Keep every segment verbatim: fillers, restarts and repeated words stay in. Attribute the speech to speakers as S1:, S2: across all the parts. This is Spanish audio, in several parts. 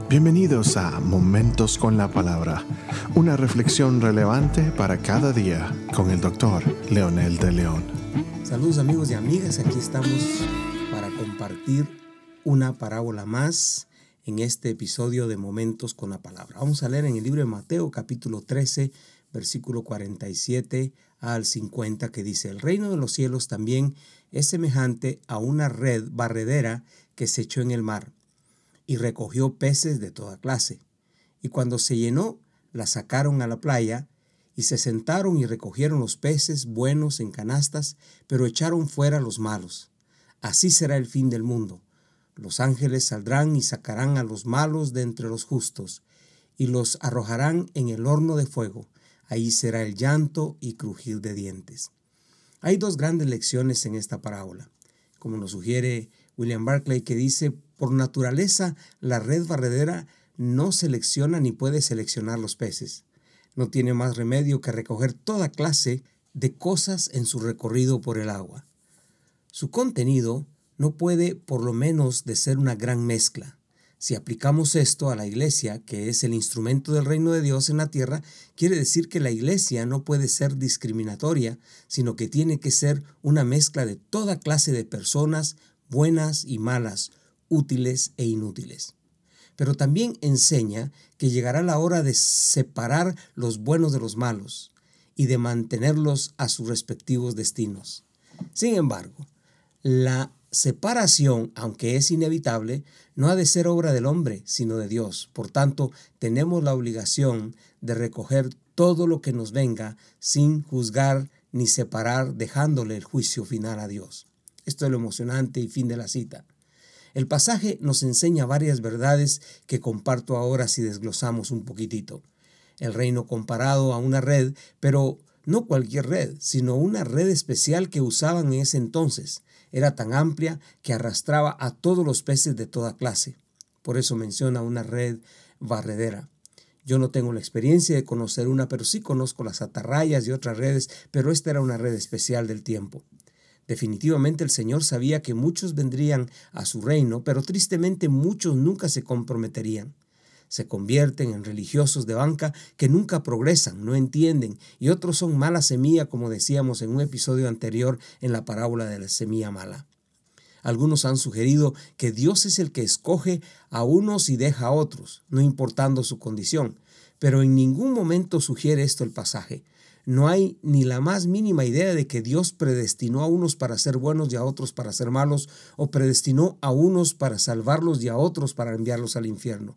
S1: Bienvenidos a Momentos con la Palabra, una reflexión relevante para cada día con el doctor Leonel de León.
S2: Saludos amigos y amigas, aquí estamos para compartir una parábola más en este episodio de Momentos con la Palabra. Vamos a leer en el libro de Mateo capítulo trece, versículo cuarenta y siete al cincuenta, que dice: El reino de los cielos también es semejante a una red barredera que se echó en el mar y recogió peces de toda clase. Y cuando se llenó, la sacaron a la playa y se sentaron y recogieron los peces buenos en canastas, pero echaron fuera los malos. Así será el fin del mundo. Los ángeles saldrán y sacarán a los malos de entre los justos y los arrojarán en el horno de fuego. Ahí será el llanto y crujir de dientes. Hay dos grandes lecciones en esta parábola, como nos sugiere William Barclay, que dice: por naturaleza, la red barredera no selecciona ni puede seleccionar los peces. No tiene más remedio que recoger toda clase de cosas en su recorrido por el agua. Su contenido no puede, por lo menos, de ser una gran mezcla. Si aplicamos esto a la iglesia, que es el instrumento del reino de Dios en la tierra, quiere decir que la iglesia no puede ser discriminatoria, sino que tiene que ser una mezcla de toda clase de personas, buenas y malas, útiles e inútiles. Pero también enseña que llegará la hora de separar los buenos de los malos y de mantenerlos a sus respectivos destinos. Sin embargo, la separación, aunque es inevitable, no ha de ser obra del hombre, sino de Dios. Por tanto, tenemos la obligación de recoger todo lo que nos venga sin juzgar ni separar, dejándole el juicio final a Dios. Esto es lo emocionante y fin de la cita. El pasaje nos enseña varias verdades que comparto ahora si desglosamos un poquitito. El reino comparado a una red, pero no cualquier red, sino una red especial que usaban en ese entonces. Era tan amplia que arrastraba a todos los peces de toda clase. Por eso menciona una red barredera. Yo no tengo la experiencia de conocer una, pero sí conozco las atarrayas y otras redes, pero esta era una red especial del tiempo. Definitivamente el Señor sabía que muchos vendrían a su reino, pero tristemente muchos nunca se comprometerían. Se convierten en religiosos de banca que nunca progresan, no entienden, y otros son mala semilla, como decíamos en un episodio anterior en la parábola de la semilla mala. Algunos han sugerido que Dios es el que escoge a unos y deja a otros, no importando su condición, pero en ningún momento sugiere esto el pasaje. No hay ni la más mínima idea de que Dios predestinó a unos para ser buenos y a otros para ser malos, o predestinó a unos para salvarlos y a otros para enviarlos al infierno.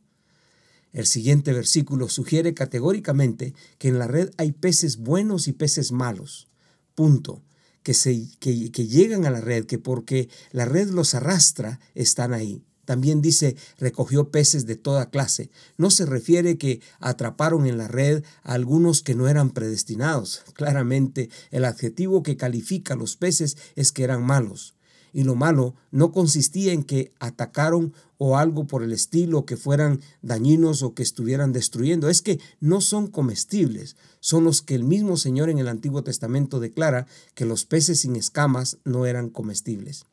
S2: El siguiente versículo sugiere categóricamente que en la red hay peces buenos y peces malos. Punto. Que, se, que, que llegan a la red, que porque la red los arrastra, están ahí. También dice, recogió peces de toda clase. No se refiere que atraparon en la red a algunos que no eran predestinados. Claramente, el adjetivo que califica a los peces es que eran malos. Y lo malo no consistía en que atacaron o algo por el estilo, que fueran dañinos o que estuvieran destruyendo. Es que no son comestibles. Son los que el mismo Señor en el Antiguo Testamento declara que los peces sin escamas no eran comestibles.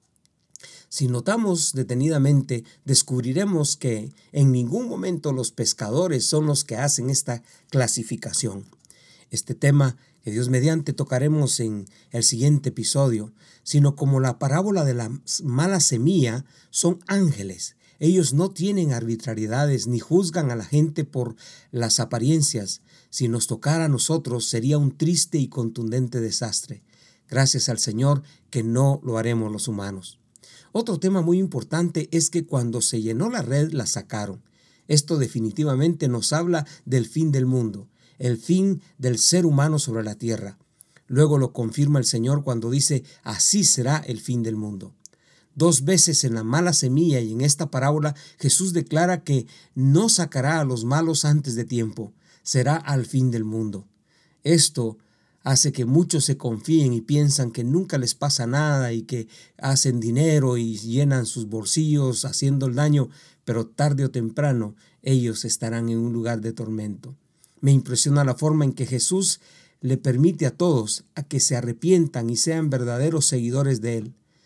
S2: Si notamos detenidamente, descubriremos que en ningún momento los pescadores son los que hacen esta clasificación. Este tema que Dios mediante tocaremos en el siguiente episodio, sino como la parábola de la mala semilla, son ángeles. Ellos no tienen arbitrariedades ni juzgan a la gente por las apariencias. Si nos tocara a nosotros, sería un triste y contundente desastre. Gracias al Señor que no lo haremos los humanos. Otro tema muy importante es que cuando se llenó la red, la sacaron. Esto definitivamente nos habla del fin del mundo, el fin del ser humano sobre la tierra. Luego lo confirma el Señor cuando dice, así será el fin del mundo. Dos veces en la mala semilla y en esta parábola, Jesús declara que no sacará a los malos antes de tiempo, será al fin del mundo. Esto hace que muchos se confíen y piensan que nunca les pasa nada y que hacen dinero y llenan sus bolsillos haciendo el daño, pero tarde o temprano ellos estarán en un lugar de tormento. Me impresiona la forma en que Jesús le permite a todos a que se arrepientan y sean verdaderos seguidores de Él.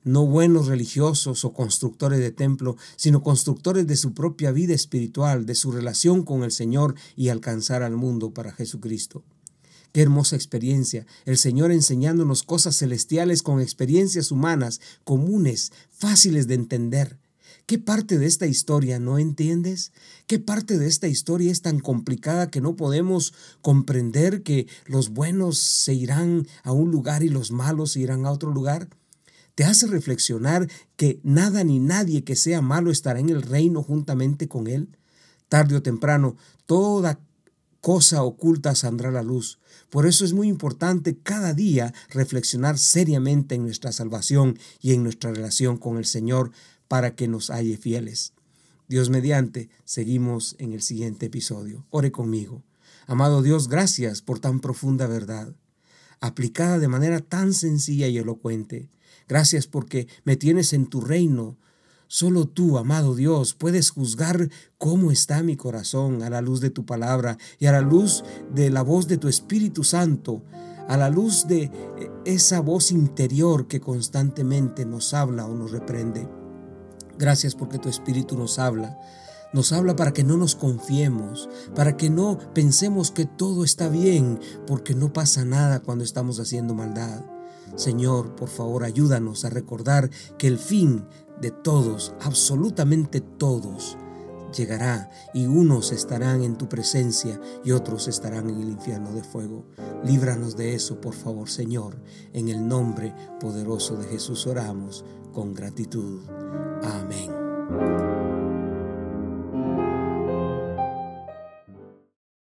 S2: no buenos religiosos o constructores de templo, sino constructores de su propia vida espiritual, de su relación con el Señor y alcanzar al mundo para Jesucristo. Qué hermosa experiencia, el Señor enseñándonos cosas celestiales con experiencias humanas, comunes, fáciles de entender. ¿Qué parte de esta historia no entiendes? ¿Qué parte de esta historia es tan complicada que no podemos comprender que los buenos se irán a un lugar y los malos se irán a otro lugar? ¿Te hace reflexionar que nada ni nadie que sea malo estará en el reino juntamente con él? Tarde o temprano, toda cosa oculta saldrá a la luz. Por eso es muy importante cada día reflexionar seriamente en nuestra salvación y en nuestra relación con el Señor para que nos halle fieles. Dios mediante, seguimos en el siguiente episodio. Ore conmigo. Amado Dios, gracias por tan profunda verdad, aplicada de manera tan sencilla y elocuente. Gracias porque me tienes en tu reino. Solo tú, amado Dios, puedes juzgar cómo está mi corazón a la luz de tu palabra y a la luz de la voz de tu Espíritu Santo, a la luz de esa voz interior que constantemente nos habla o nos reprende. Gracias porque tu Espíritu nos habla. Nos habla para que no nos confiemos, para que no pensemos que todo está bien, porque no pasa nada cuando estamos haciendo maldad. Señor, por favor, ayúdanos a recordar que el fin de todos, absolutamente todos, llegará y unos estarán en tu presencia y otros estarán en el infierno de fuego. Líbranos de eso, por favor, Señor. En el nombre poderoso de Jesús oramos con gratitud. Amén.